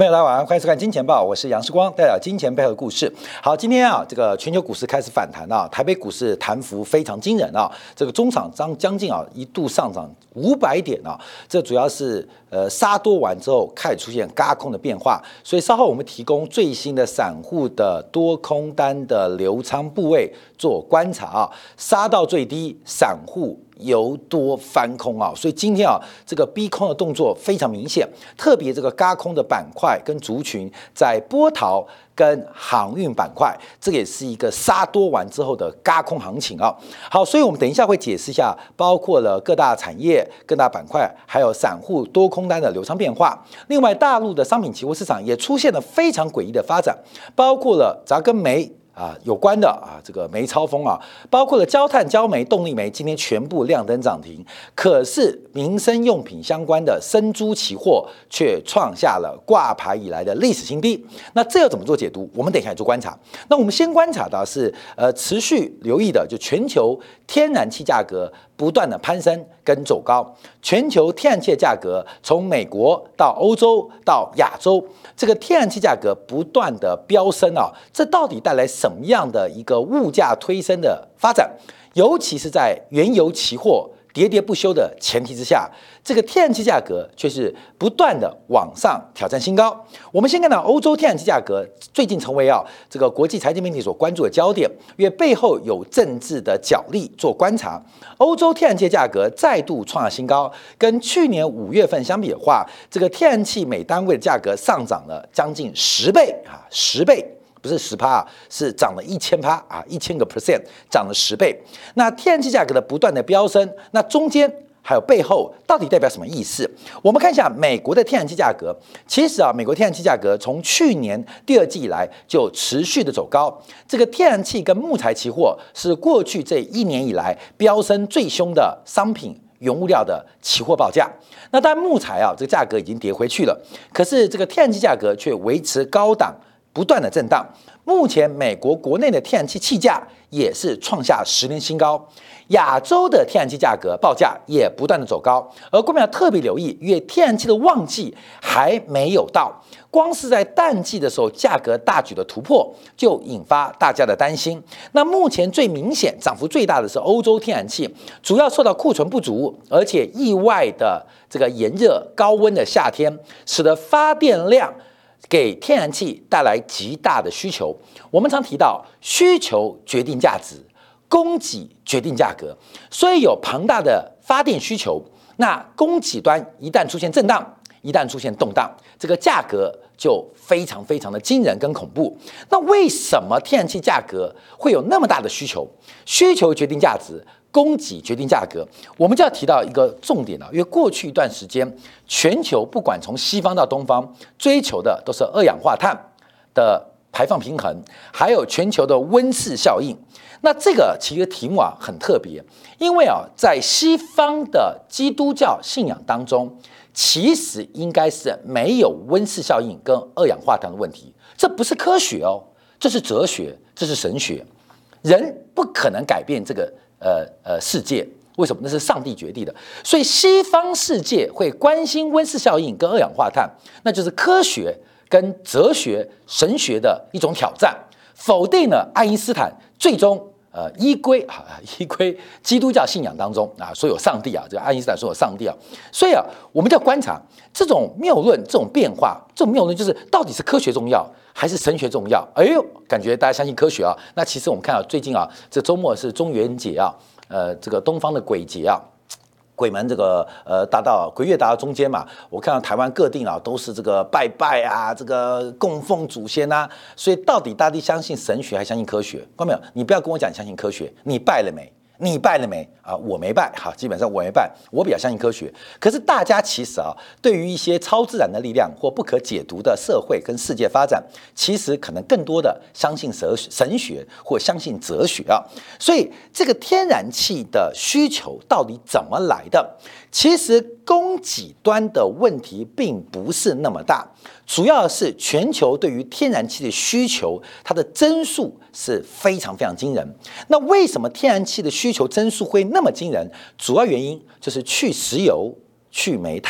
朋友大家晚上欢迎收看《金钱报》，我是杨世光，带来金钱背后的故事。好，今天这个全球股市开始反弹啊，台北股市弹幅非常惊人啊，这个中场将近一度上涨500点啊，这主要是杀多完之后开始出现軋空的变化，所以稍后我们提供最新的散户的多空单的流仓部位做观察啊，杀到最低，散户由多翻空啊，所以今天这个逼空的动作非常明显，特别这个軋空的板块跟族群在波涛跟航运板块，这个也是一个杀多完之后的軋空行情啊。好，所以我们等一下会解释一下，包括了各大产业、各大板块，还有散户多空单的流仓变化。另外，大陆的商品期货市场也出现了非常诡异的发展，包括了只要跟煤有关的这个煤超风包括了焦炭、焦煤、动力煤，今天全部亮灯涨停。可是民生用品相关的生猪期货却创下了挂牌以来的历史新低。那这要怎么做解读？我们等一下做观察。那我们先观察到是持续留意的，就全球天然气价格不断的攀升跟走高。全球天然气的价格从美国到欧洲到亚洲，这个天然气价格不断的飙升这到底带来什么样的一个物价推升的发展？尤其是在原油期货喋喋不休的前提之下，这个天然气价格却是不断的往上挑战新高。我们先看到欧洲天然气价格最近成为这个国际财经媒体所关注的焦点，因为背后有政治的角力做观察。欧洲天然气价格再度创下新高，跟去年5月份相比的话，这个天然气每单位的价格上涨了将近10倍10倍。不是10%，是涨了1000%，1000%涨了10倍。那天然气价格的不断的飙升，那中间还有背后到底代表什么意思？我们看一下美国的天然气价格。其实美国天然气价格从去年第2季以来就持续的走高。这个天然气跟木材期货是过去这1年以来飙升最凶的商品原物料的期货报价。那当然木材这个价格已经跌回去了，可是这个天然气价格却维持高档，不断的震荡。目前美国国内的天然气气价也是创下10年新高，亚洲的天然气价格报价也不断的走高。而观众要特别留意，因为天然气的旺季还没有到，光是在淡季的时候价格大举的突破，就引发大家的担心。那目前最明显涨幅最大的是欧洲天然气，主要受到库存不足，而且意外的这个炎热高温的夏天，使得发电量给天然气带来极大的需求。我们常提到需求决定价值，供给决定价格，所以有庞大的发电需求，那供给端一旦出现震荡，一旦出现动荡，这个价格就非常非常的惊人跟恐怖。那为什么天然气价格会有那么大的需求？需求决定价值，供给决定价格，我们就要提到一个重点因为过去一段时间，全球不管从西方到东方，追求的都是二氧化碳的排放平衡，还有全球的温室效应。那这个其实题目很特别，因为在西方的基督教信仰当中，其实应该是没有温室效应跟二氧化碳的问题，这不是科学这是哲学，这是神学，人不可能改变这个世界，为什么？那是上帝决定的。所以西方世界会关心温室效应跟二氧化碳，那就是科学跟哲学、神学的一种挑战，否定了爱因斯坦最终依归基督教信仰当中说有上帝这个爱因斯坦说有上帝所以我们就要观察这种谬论、这种变化、这种谬论，就是到底是科学重要还是神学重要？哎呦，感觉大家相信科学那其实我们看到最近这周末是中元节这个东方的鬼节鬼门这个鬼月达到中间嘛，我看到台湾各地都是这个拜拜这个供奉祖先所以到底大家相信神学还相信科学？看到没有？你不要跟我讲你相信科学，你拜了没？你拜了没我没拜，基本上我没拜，我比较相信科学。可是大家其实对于一些超自然的力量或不可解读的社会跟世界发展，其实可能更多的相信神学或相信哲学所以这个天然气的需求到底怎么来的？其实供给端的问题并不是那么大，主要是全球对于天然气的需求，它的增速是非常非常惊人。那为什么天然气的需求增速会那么惊人？主要原因就是去石油、去煤炭、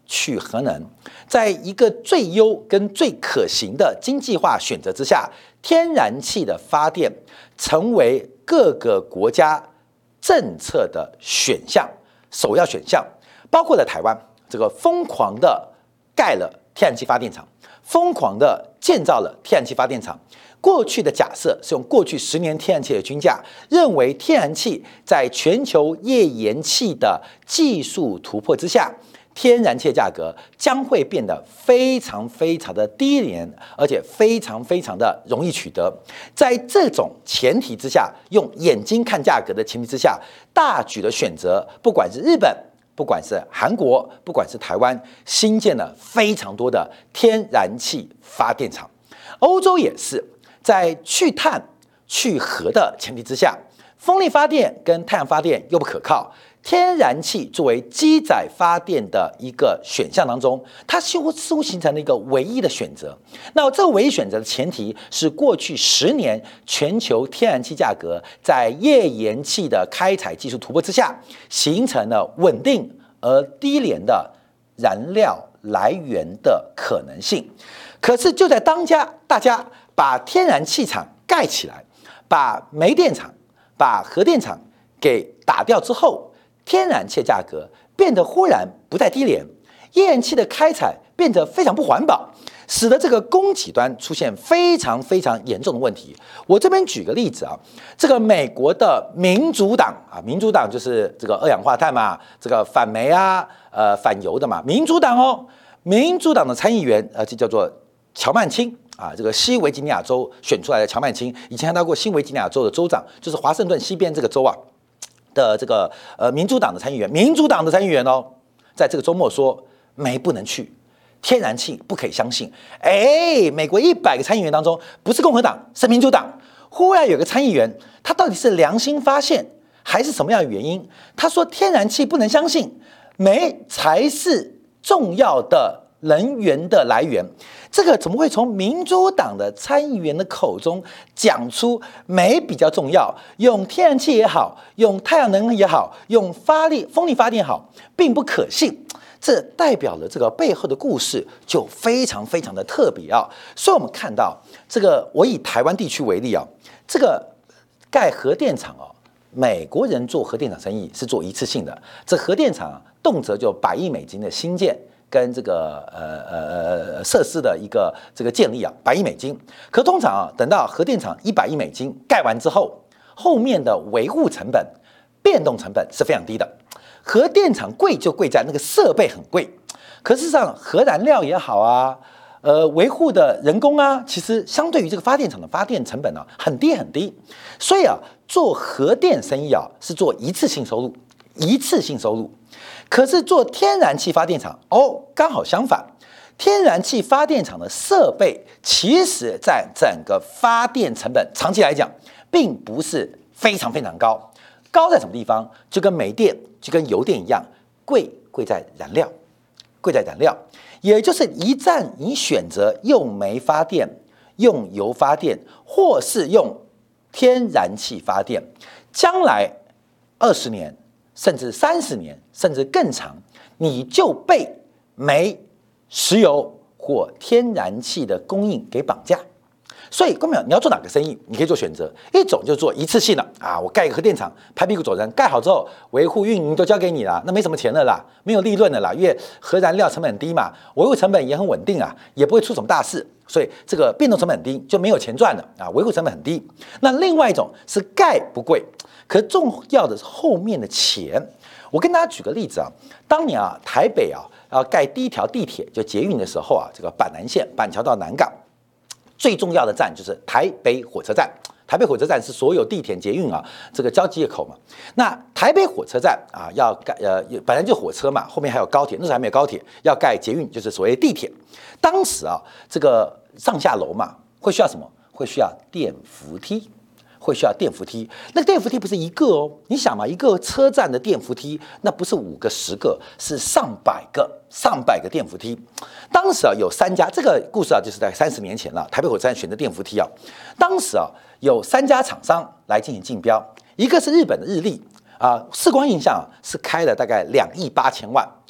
去核能，在一个最优跟最可行的经济化选择之下，天然气的发电成为各个国家政策的选项，首要选项，包括了台湾这个疯狂的盖了天然气发电厂，疯狂的建造了天然气发电厂。过去的假设是用过去10年天然气的均价，认为天然气在全球页岩气的技术突破之下，天然气的价格将会变得非常非常的低廉，而且非常非常的容易取得。在这种前提之下，用眼睛看价格的前提之下，大举的选择，不管是日本，不管是韩国，不管是台湾，新建了非常多的天然气发电厂。欧洲也是在去碳去核的前提之下，风力发电跟太阳发电又不可靠，天然气作为机载发电的一个选项当中，它似乎形成了一个唯一的选择。那这个唯一选择的前提是，过去10年全球天然气价格在页岩气的开采技术突破之下，形成了稳定而低廉的燃料来源的可能性。可是就在当家，大家把天然气厂盖起来，把煤电厂、把核电厂给打掉之后，天然气价格变得忽然不再低廉，页岩气的开采变得非常不环保，使得这个供给端出现非常非常严重的问题。我这边举个例子啊，这个美国的民主党啊，民主党就是这个二氧化碳嘛，这个反煤啊，反油的嘛，民主党哦，民主党的参议员这叫做乔曼青啊，这个西维吉尼亚州选出来的乔曼青，以前还当过新维吉尼亚州的州长，就是华盛顿西边这个州啊的这个民主党的参议员，民主党的参议员哦，在这个周末说煤不能去，天然气不可以相信。美国100个参议员当中，不是共和党是民主党，忽然有个参议员，他到底是良心发现还是什么样的原因？他说天然气不能相信，煤才是重要的能源的来源。这个怎么会从民主党的参议员的口中讲出煤比较重要，用天然气也好，用太阳能也好，用风力发电也好，并不可信。这代表了这个背后的故事就非常非常的特别啊。所以我们看到这个，我以台湾地区为例啊，这个盖核电厂啊，美国人做核电厂生意是做一次性的，这核电厂动辄就100亿美金的新建跟这个设施的一个这个建立啊，100亿美金。可通常啊，等到核电厂100亿美金盖完之后，后面的维护成本、变动成本是非常低的。核电厂贵就贵在那个设备很贵，可事实上核燃料也好啊，维护的人工啊，其实相对于这个发电厂的发电成本啊，很低很低。所以啊，做核电生意啊是做一次性收入，一次性收入。可是做天然气发电厂哦，刚好相反，天然气发电厂的设备其实在整个发电成本长期来讲，并不是非常非常高。高在什么地方？就跟煤电、就跟油电一样，贵在燃料，贵在燃料。也就是一旦你选择用煤发电、用油发电，或是用天然气发电，将来20年，甚至30年，甚至更长，你就被煤、石油或天然气的供应给绑架。所以，观众朋友，你要做哪个生意？你可以做选择，一种就做一次性的啊，我盖一个核电厂，拍屁股走人，盖好之后维护运营都交给你了，那没什么钱了啦，没有利润了啦，因为核燃料成本很低嘛，维护成本也很稳定啊，也不会出什么大事，所以这个变动成本很低，就没有钱赚了啊，维护成本很低。那另外一种是盖不贵，可重要的是后面的钱。我跟大家举个例子啊，当年啊，台北啊要盖第一条地铁就捷运的时候啊，这个板南线板桥到南港。最重要的站就是台北火车站，台北火车站是所有地铁捷运啊这个交接口嘛。那台北火车站啊要盖本来就火车嘛，后面还有高铁，那时候还没有高铁，要盖捷运就是所谓地铁。当时啊这个上下楼嘛会需要什么？会需要电扶梯。会需要电扶梯，那个电扶梯不是一个哦，你想嘛，一个车站的电扶梯，那不是5个、10个，是上百个电扶梯。当时啊有3家，这个故事啊就是在30年前了，台北火车站选择电扶梯啊，当时啊有3家厂商来进行竞标，一个是日本的日立啊，世光印象是开了大概2亿8千万，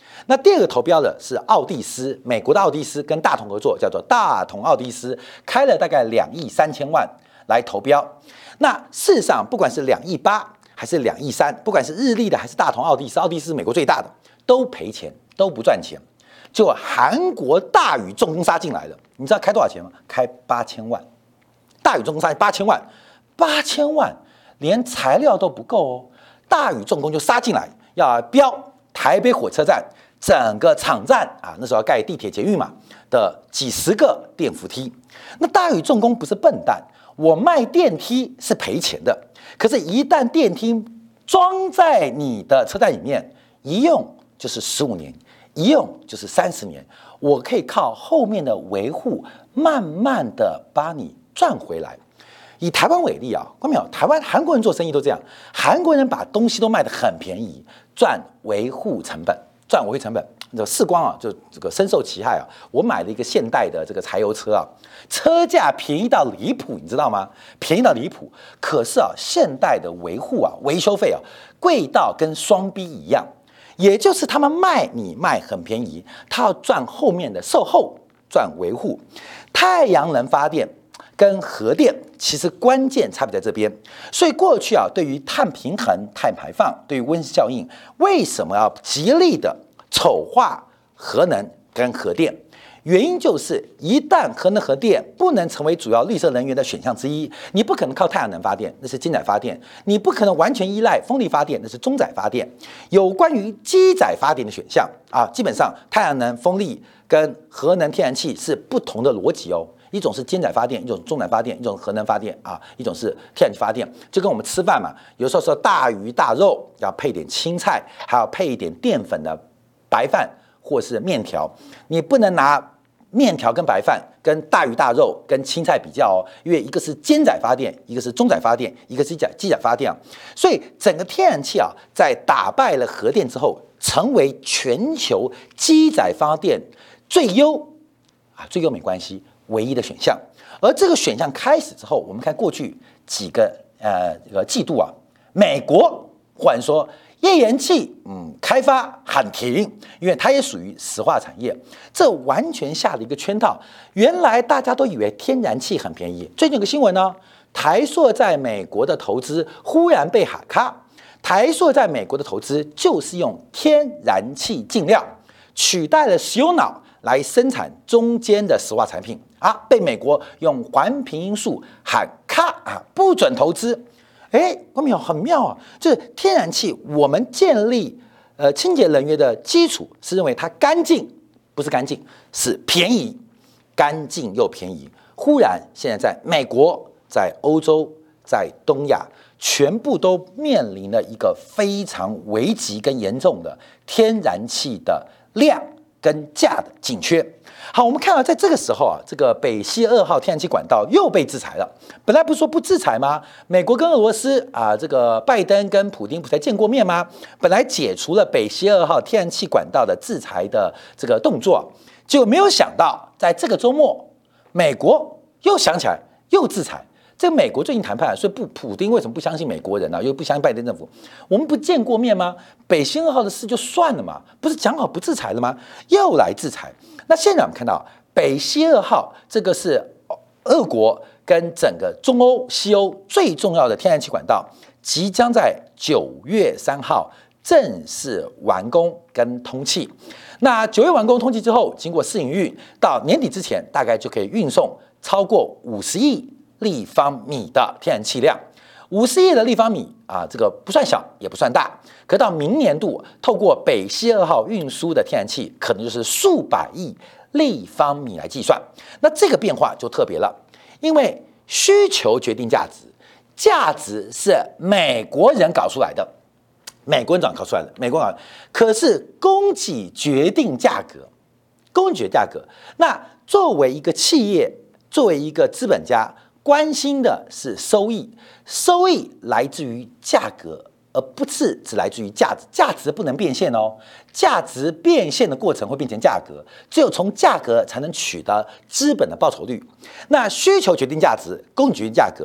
那第二个投标的是奥蒂斯，美国的奥蒂斯跟大同合作，叫做大同奥蒂斯，开了大概2.3亿来投标。那事实上，不管是2.8亿还是2.3亿，不管是日立的还是大同奥蒂斯，奥蒂斯是美国最大的，都赔钱，都不赚钱。结果韩国大宇重工杀进来了，你知道开多少钱吗？开8000万。大宇重工杀8000万，连材料都不够哦。大宇重工就杀进来，要标台北火车站整个场站啊，那时候要盖地铁捷运嘛的几十个电扶梯。那大宇重工不是笨蛋，我卖电梯是赔钱的，可是，一旦电梯装在你的车站里面，一用就是15年，一用就是30年，我可以靠后面的维护，慢慢的把你赚回来。以台湾为例啊，看到没有？台湾韩国人做生意都这样，韩国人把东西都卖得很便宜，赚维护成本。这世光啊，就这个深受其害啊。我买了一个现代的这个柴油车啊，车价便宜到离谱，你知道吗？便宜到离谱。可是啊，现代的维护啊，维修费啊，贵到跟双 B 一样。也就是他们卖很便宜，他要赚后面的售后，赚维护。太阳能发电跟核电其实关键差别在这边，所以过去啊，对于碳平衡、碳排放、对于温室效应，为什么要极力的丑化核能跟核电？原因就是一旦核能核电不能成为主要绿色能源的选项之一，你不可能靠太阳能发电，那是基载发电；你不可能完全依赖风力发电，那是中载发电。有关于基载发电的选项啊，基本上太阳能、风力跟核能、天然气是不同的逻辑哦。一种是尖载发电，一种中载发电，一种核能发电啊，一种是天然气发电。就跟我们吃饭嘛，有时候说大鱼大肉要配点青菜，还要配一点淀粉的白饭或是面条。你不能拿面条跟白饭跟大鱼大肉跟青菜比较哦，因为一个是尖载发电，一个是中载发电，一个是基载发电。所以整个天然气啊，在打败了核电之后，成为全球基载发电最优没关系。唯一的选项，而这个选项开始之后，我们看过去几个季度啊，美国忽然说页岩气开发喊停，因为它也属于石化产业，这完全下了一个圈套。原来大家都以为天然气很便宜，最近有个新闻呢，台塑在美国的投资忽然被喊卡，台塑在美国的投资就是用天然气进料取代了石油脑来生产中间的石化产品啊，被美国用环评因素喊卡啊，不准投资。观众很妙啊，就是天然气，我们建立清洁能源的基础是认为它干净，不是干净，是便宜，干净又便宜。忽然现在在美国、在欧洲、在东亚，全部都面临了一个非常危急跟严重的天然气的量跟价的紧缺。好，我们看到在这个时候啊，这个北溪2号天然气管道又被制裁了。本来不是说不制裁吗？美国跟俄罗斯啊，这个拜登跟普丁不才见过面吗？本来解除了北溪2号天然气管道的制裁的这个动作，结果没有想到，在这个周末，美国又想起来又制裁。这个美国最近谈判，所以普丁为什么不相信美国人呢？又不相信拜登政府？我们不见过面吗？北溪2号的事就算了嘛，不是讲好不制裁了吗？又来制裁。那现在我们看到北溪2号这个是俄国跟整个中欧、西欧最重要的天然气管道，即将在9月3号正式完工跟通气。那9月完工通气之后，经过试营运，到年底之前大概就可以运送超过50亿立方米的天然气量。50亿的立方米啊，这个不算小也不算大，可到明年度透过北溪2号运输的天然气，可能就是数百亿立方米来计算。那这个变化就特别了，因为需求决定价值，价值是美国人搞出来的，美国人搞出来的，可是供给决定价格，那作为一个企业，作为一个资本家，关心的是收益，收益来自于价格，而不是只来自于价值。价值不能变现哦，价值变现的过程会变成价格，只有从价格才能取得资本的报酬率。那需求决定价值，供给决定价格。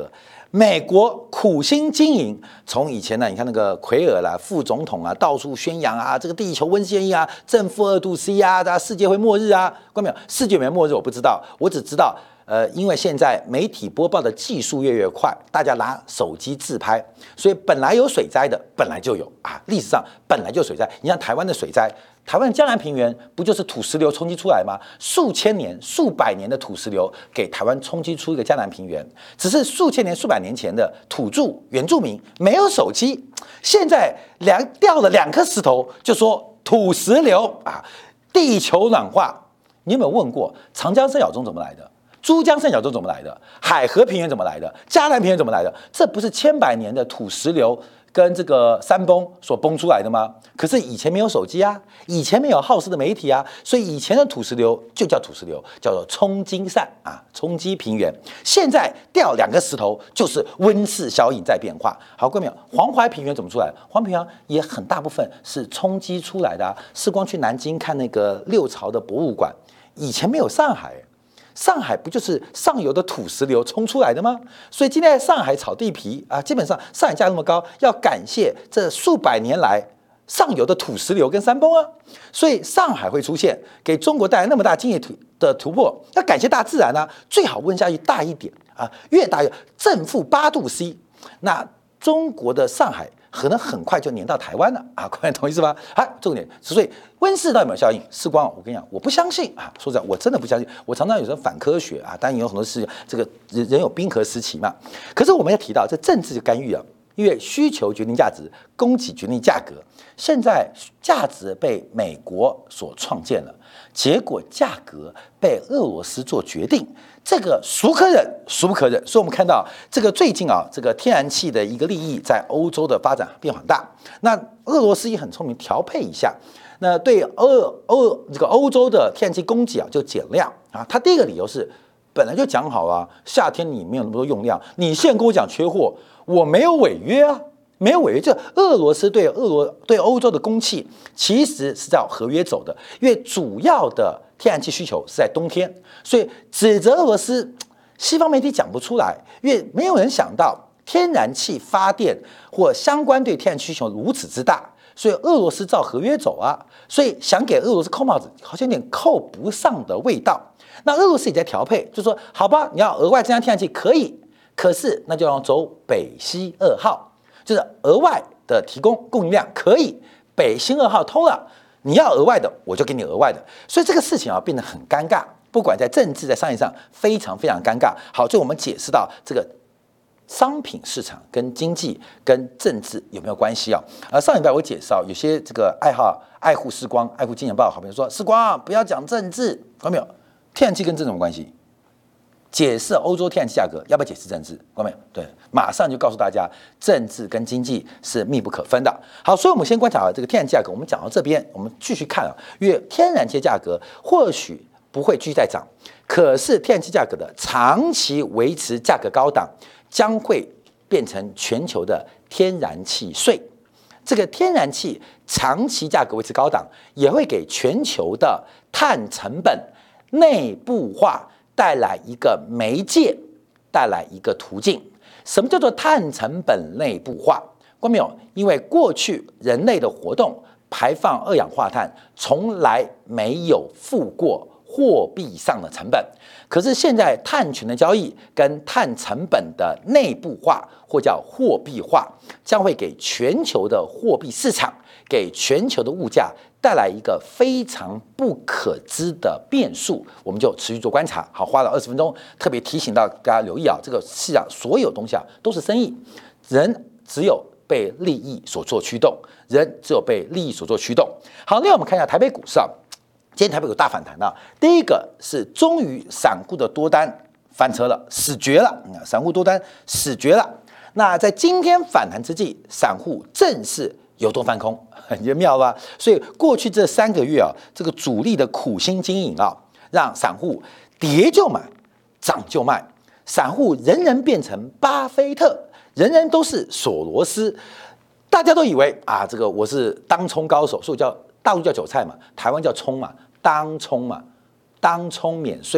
美国苦心经营，从以前呢，你看那个奎尔啦、副总统啊，到处宣扬啊，这个地球温室效应啊，正负2°C 啊，世界会末日啊，看到没有？世界有没有末日我不知道，我只知道。因为现在媒体播报的技术越快，大家拿手机自拍，所以本来有水灾的，本来就有啊，历史上本来就水灾。你像台湾的水灾，台湾的江南平原不就是土石流冲击出来吗？数千年、数百年的土石流给台湾冲击出一个江南平原，只是数千年、数百年前的土著原住民没有手机，现在掉了2颗石头就说土石流啊，地球暖化。你有没有问过长江三角洲怎么来的？珠江三角洲怎么来的？海河平原怎么来的？嘉南平原怎么来的？这不是千百年的土石流跟这个山崩所崩出来的吗？可是以前没有手机啊，以前没有好事的媒体啊，所以以前的土石流就叫土石流，叫做冲积扇啊，冲击平原。现在掉2个石头，就是温室效应在变化。好，各位朋友，黄淮平原怎么出来的？黄淮平原也很大部分是冲击出来的啊。时光去南京看那个六朝的博物馆，以前没有上海。上海不就是上游的土石流冲出来的吗？所以今天在上海炒地皮啊，基本上上海价那么高，要感谢这数百年来上游的土石流跟山崩啊。所以上海会出现，给中国带来那么大经济的突破，要感谢大自然啊。最好温下去大一点啊，越大越正负8°C。那中国的上海可能很快就黏到台湾了啊，各位同意是吧？好，重点，所以温室到底有没有效应？时光，我跟你讲，我不相信啊。说实在，我真的不相信。我常常有时候反科学啊，当然有很多事，这个人有冰河时期嘛。可是我们要提到这政治干预啊，因为需求决定价值，供给决定价格。现在价值被美国所创建了，结果价格被俄罗斯做决定。这个孰可忍，孰不可忍。所以我们看到这个最近啊，这个天然气的一个利益在欧洲的发展变很大。那俄罗斯也很聪明，调配一下，那对这个欧洲的天然气供给啊就减量啊。他第一个理由是，本来就讲好了，夏天你没有那么多用量，你现在跟我讲缺货，我没有违约啊。没有违约，这俄罗斯对欧洲的供气其实是照合约走的，因为主要的天然气需求是在冬天，所以指责俄罗斯，西方媒体讲不出来，因为没有人想到天然气发电或相关对天然气需求如此之大，所以俄罗斯照合约走啊，所以想给俄罗斯扣帽子，好像有点扣不上的味道。那俄罗斯也在调配，就说好吧，你要额外增加天然气可以，可是那就要走北溪2号。就是额外的提供供应量可以，北溪2号通了，你要额外的我就给你额外的，所以这个事情啊变得很尴尬，不管在政治在商业上非常非常尴尬。好，所以我们解释到这个商品市场跟经济跟政治有没有关系啊？上礼拜我解释有些这个爱护时光、爱护金钱豹好朋友说，时光不要讲政治，看到没有？天然气跟政治有什么关系？解释欧洲天然气价格，要不要解释政治？看到没有？对，马上就告诉大家，政治跟经济是密不可分的。好，所以我们先观察这个天然气价格。我们讲到这边，我们继续看因为天然气价格或许不会继续再涨，可是天然气价格的长期维持价格高档，将会变成全球的天然气税。这个天然气长期价格维持高档，也会给全球的碳成本内部化带来一个媒介，带来一个途径。什么叫做碳成本内部化？观众朋友，因为过去人类的活动排放二氧化碳从来没有付过货币上的成本，可是现在碳权的交易跟碳成本的内部化，或叫货币化，将会给全球的货币市场，给全球的物价带来一个非常不可知的变数，我们就持续做观察。好，花了20分钟，特别提醒到大家留意这个市场所有东西都是生意，人只有被利益所做驱动，人只有被利益所做驱动。好，那我们看一下台北股市今天台北有大反弹第一个是终于散户的多单翻车了，死绝了，散户多单死绝了。那在今天反弹之际，散户正式由多翻空，很妙吧？所以过去这3个月这个主力的苦心经营让散户跌就买，涨就卖，散户人人变成巴菲特，人人都是索罗斯，大家都以为这个我是当冲高手，所以大陆叫韭菜嘛，台湾叫葱嘛，当冲嘛，当冲免税，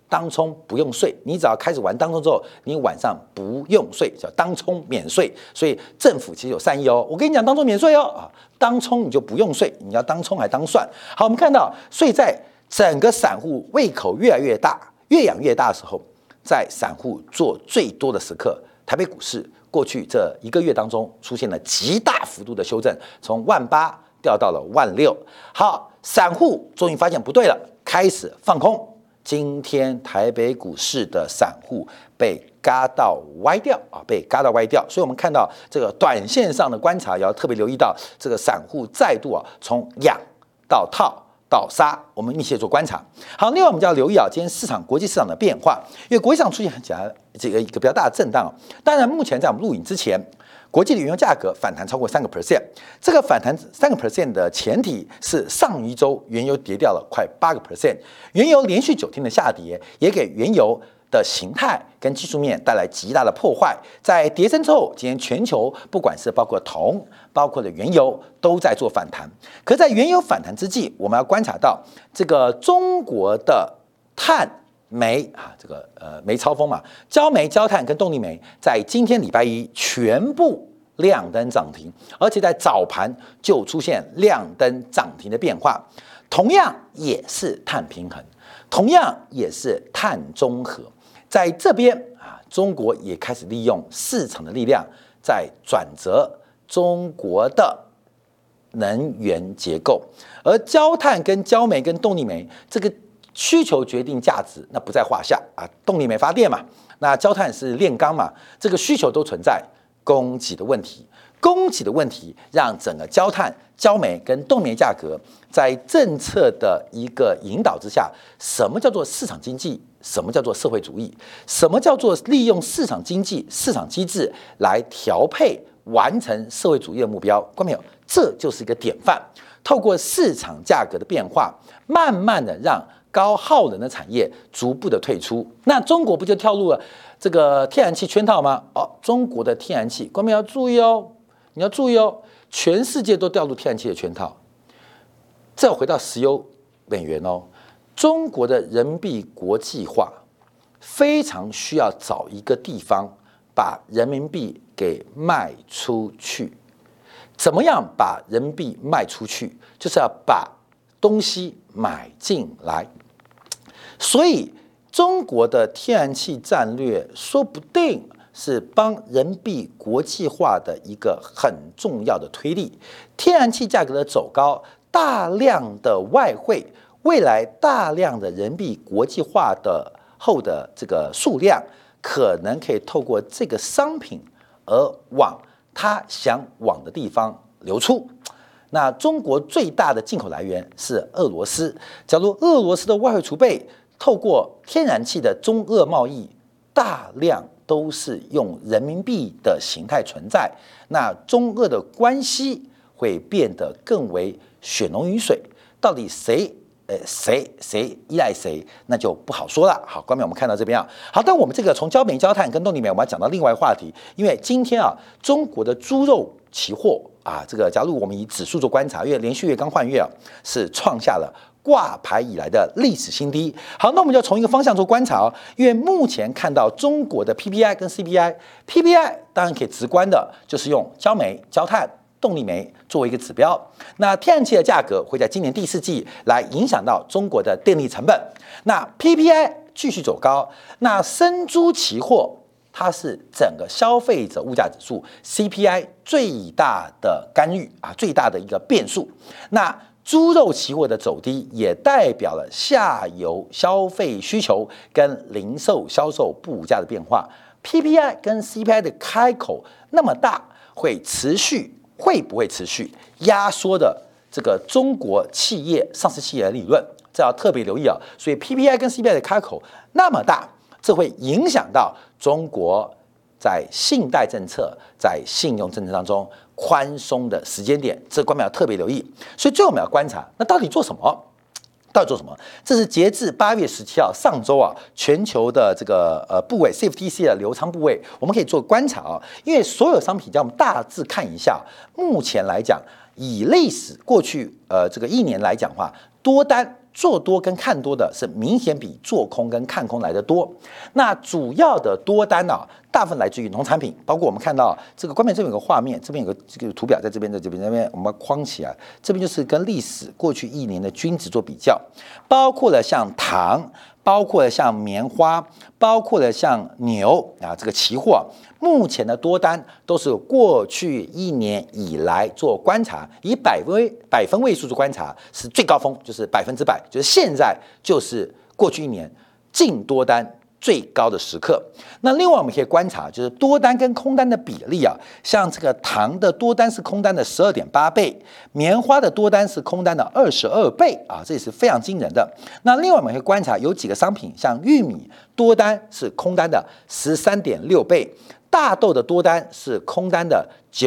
当冲不用税，你只要开始玩当冲之后，你晚上不用税，叫当冲免税。所以政府其实有善意哦，我跟你讲当冲免税哦啊，当冲你就不用税，你要当冲还当算。好，我们看到，所以在整个散户胃口越来越大、越养越大的时候，在散户做最多的时刻，台北股市过去这1个月当中出现了极大幅度的修正，从18000掉到了16000。好，散户终于发现不对了，开始放空。今天台北股市的散户被嘎到歪掉啊，被嘎到歪掉，所以我们看到这个短线上的观察，也要特别留意到这个散户再度从养到套到杀，我们密切做观察。好，另外我们就要留意今天国际市场的变化，因为国际上出现一个比较大的震荡。当然，目前在我们录影之前，国际的原油价格反弹超过3%，这个反弹3%的前提是上一周原油跌掉了快8%，原油连续9天的下跌，也给原油的形态跟技术面带来极大的破坏。在跌升之后，今天全球不管是包括铜、包括的原油都在做反弹。可在原油反弹之际，我们要观察到这个中国的碳煤这个煤超风嘛，焦煤、焦炭跟动力煤在今天礼拜一全部亮灯涨停，而且在早盘就出现亮灯涨停的变化。同样也是碳平衡，同样也是碳中和，在这边中国也开始利用市场的力量，在转折中国的能源结构，而焦炭跟焦煤跟动力煤这个需求决定价值，那不在话下动力煤发电嘛，那焦炭是炼钢嘛，这个需求都存在供给的问题。供给的问题让整个焦炭、焦煤跟动煤价格在政策的一个引导之下，什么叫做市场经济？什么叫做社会主义？什么叫做利用市场经济、市场机制来调配完成社会主义的目标？观众朋友，这就是一个典范。透过市场价格的变化，慢慢的让高耗能的产业逐步的退出。那中国不就跳入了这个天然气圈套吗？中国的天然气，观众朋友要注意哦。你要注意哦，全世界都掉入天然气的圈套。再回到石油美元哦，中国的人民币国际化非常需要找一个地方把人民币给卖出去。怎么样把人民币卖出去？就是要把东西买进来。所以中国的天然气战略说不定是帮人民币国际化的一个很重要的推力。天然气价格的走高，大量的外汇，未来大量的人民币国际化的后的这个数量，可能可以透过这个商品而往他想往的地方流出。那中国最大的进口来源是俄罗斯，假如俄罗斯的外汇储备透过天然气的中俄贸易，大量都是用人民币的形态存在，那中俄的关系会变得更为血浓于水。到底谁依赖谁，那就不好说了。好，观众我们看到这边好，但我们这个从焦煤、焦炭跟动力煤，我们要讲到另外一个话题，因为今天中国的猪肉期货这个假如我们以指数做观察，因为连续月刚换月是创下了挂牌以来的历史新低。好，那我们就从一个方向做观察因为目前看到中国的 PPI 跟 CPI 当然可以直观的就是用焦煤、焦炭、动力煤作为一个指标。那天然气的价格会在今年第4季来影响到中国的电力成本。那 PPI 继续走高，那生猪期货它是整个消费者物价指数 CPI 最大的干预最大的一个变数。那猪肉期货的走低，也代表了下游消费需求跟零售销售不价的变化。PPI 跟 CPI 的开口那么大，会不会持续压缩的这个中国企业上市企业的利润？这要特别留意所以 PPI 跟 CPI 的开口那么大，这会影响到中国在信贷政策、在信用政策当中宽松的时间点，这观众要特别留意。所以最后我们要观察，那到底做什么？这是截至8月17号上周全球的这个部位 CFTC 的流仓部位，我们可以做观察因为所有商品叫我们大致看一下，目前来讲，以历史过去这个1年来讲的话，多单做多跟看多的是明显比做空跟看空来的多。那主要的多单啊，大部分来自于农产品，包括我们看到这个关面这边有个画面，这边有个这个图表在这边，我们把它框起来，这边就是跟历史过去1年的均值做比较，包括了像糖，包括了像棉花，包括了像牛啊，这个期货。目前的多单都是过去1年以来做观察，以百分位数做观察是最高峰，就是100%，就是现在就是过去1年净多单最高的时刻。那另外我们可以观察，就是多单跟空单的比例啊，像这个糖的多单是空单的12.8倍，棉花的多单是空单的22倍啊，这也是非常惊人的。那另外我们可以观察有几个商品，像玉米多单是空单的13.6倍。大豆的多单是空单的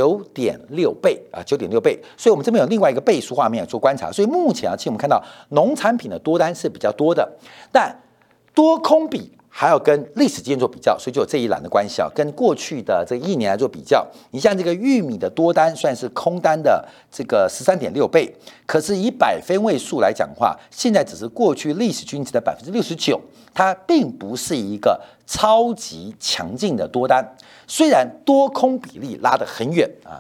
9.6倍啊，9.6倍，所以我们这边有另外一个倍数画面做观察。所以目前啊，其实我们看到农产品的多单是比较多的，但多空比还要跟历史经验做比较，所以就有这一栏的关系啊，跟过去的这1年来做比较。你像这个玉米的多单算是空单的这个13.6倍，可是以百分位数来讲的话，现在只是过去历史均值的69%，它并不是一个超级强劲的多单。虽然多空比例拉得很远啊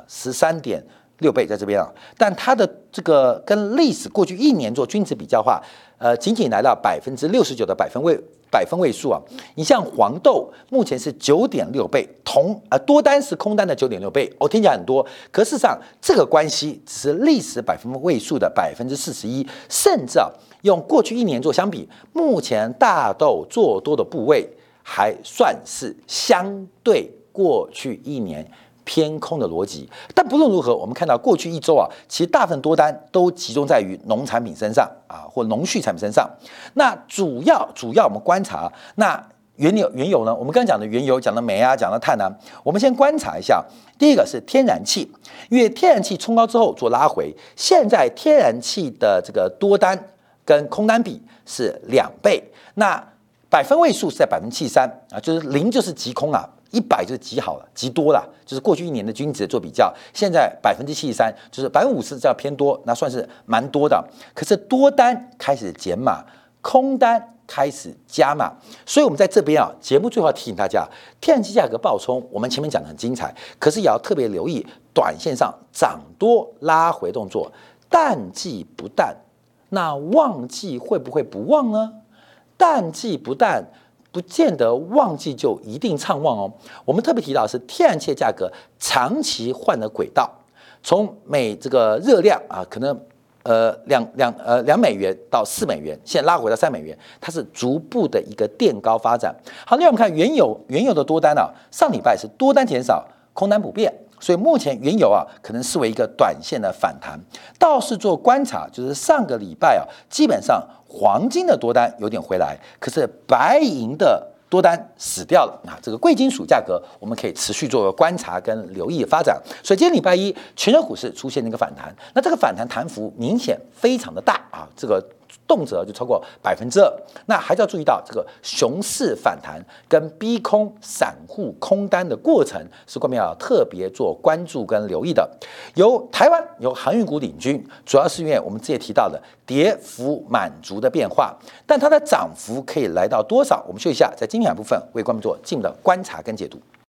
，13.6倍在这边啊，但它的这个跟历史过去1年做均值比较的话，仅仅来到69%的百分位数啊。你像黄豆目前是9.6倍，多单是空单的9.6倍，听起来很多，可事实上这个关系只是历史百分位数的41%，甚至啊用过去1年做相比，目前大豆做多的部位还算是相对过去1年偏空的逻辑。但不论如何，我们看到过去1周啊，其实大部分多单都集中在于农产品身上啊，或农畜产品身上。那主要我们观察，那原油呢？我们刚刚讲的原油，讲的煤啊，讲的碳啊，我们先观察一下。第一个是天然气，因为天然气冲高之后做拉回，现在天然气的这个多单跟空单比是2倍，那百分位数是在73%啊，就是0就是极空啊，100就是极好了，极多了，就是过去1年的均值做比较，现在73%，就是50%叫偏多，那算是蛮多的。可是多单开始减码，空单开始加码，所以我们在这边啊，节目最后要提醒大家，天然气价格暴冲，我们前面讲的很精彩，可是也要特别留意短线上涨多拉回动作，淡季不淡，那旺季会不会不旺呢？淡季不淡，不见得旺季就一定畅旺哦。我们特别提到的是天然气的价格长期换了轨道，从每这个热量啊，可能2美元到4美元，现在拉回到3美元，它是逐步的一个垫高发展。好，另外我们看原油的多单啊，上礼拜是多单减少，空单不变。所以目前原油啊，可能视为一个短线的反弹。倒是做观察，就是上个礼拜啊，基本上黄金的多单有点回来，可是白银的多单死掉了啊。这个贵金属价格我们可以持续做观察跟留意发展。所以今天礼拜一，全球股市出现了一个反弹，那这个反弹弹幅明显非常的大啊，这个动辄就超过2%。那还是要注意到这个熊市反弹跟逼空散户空单的过程，是观众要特别做关注跟留意的。台湾有航运股领军，主要是因为我们之前提到的跌幅满足的变化，但它的涨幅可以来到多少？我们休息一下，在精选部分为观众做进一步的观察跟解读。